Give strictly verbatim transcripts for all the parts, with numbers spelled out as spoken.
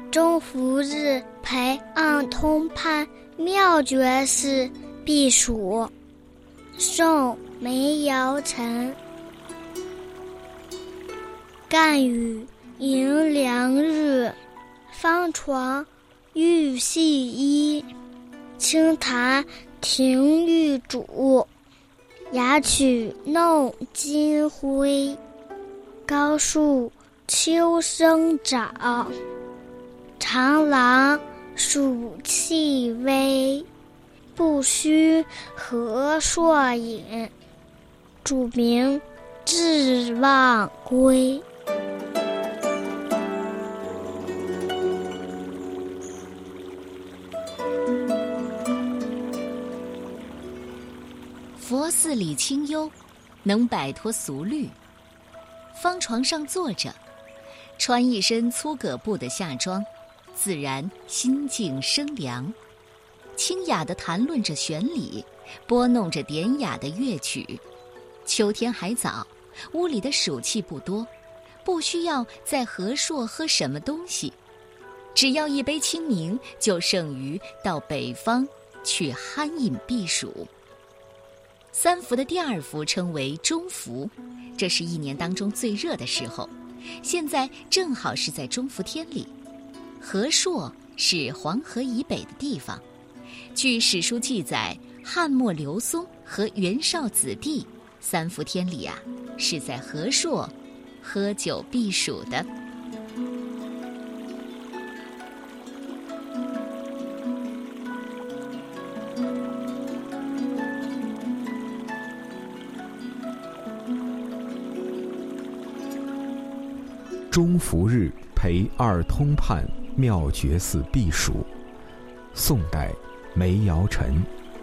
中孚日培盎通判妙觉寺避暑。宋·梅尧臣。干雨迎凉日，方床欲细衣。清谈庭玉主，雅曲弄金辉。高树秋生长，长廊暑气微。不须何硕饮，主名志忘归。 佛寺里清幽，能摆脱俗虑。方床上坐着，穿一身粗葛布的夏装，自然心静生凉。清雅地谈论着旋理，拨弄着典雅的乐曲。秋天还早，屋里的暑气不多，不需要在和硕喝什么东西，只要一杯清明，就胜于到北方去酣饮避暑。三伏的第二伏称为中伏，这是一年当中最热的时候，现在正好是在中伏天里。和硕是黄河以北的地方，据史书记载，汉末刘松和袁绍子弟三伏天里啊，是在和硕喝酒避暑的。 中孚日培二通判妙觉寺避暑。宋代梅尧臣。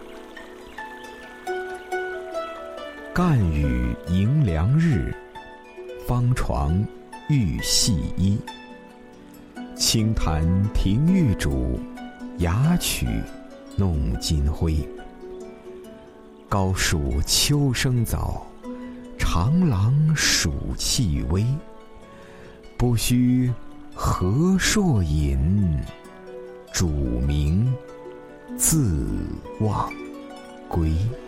干雨迎凉日，方床欲细衣。清谈庭玉主，雅曲弄金辉。高树秋生早，长廊暑气微。不须何硕饮，主名自忘归。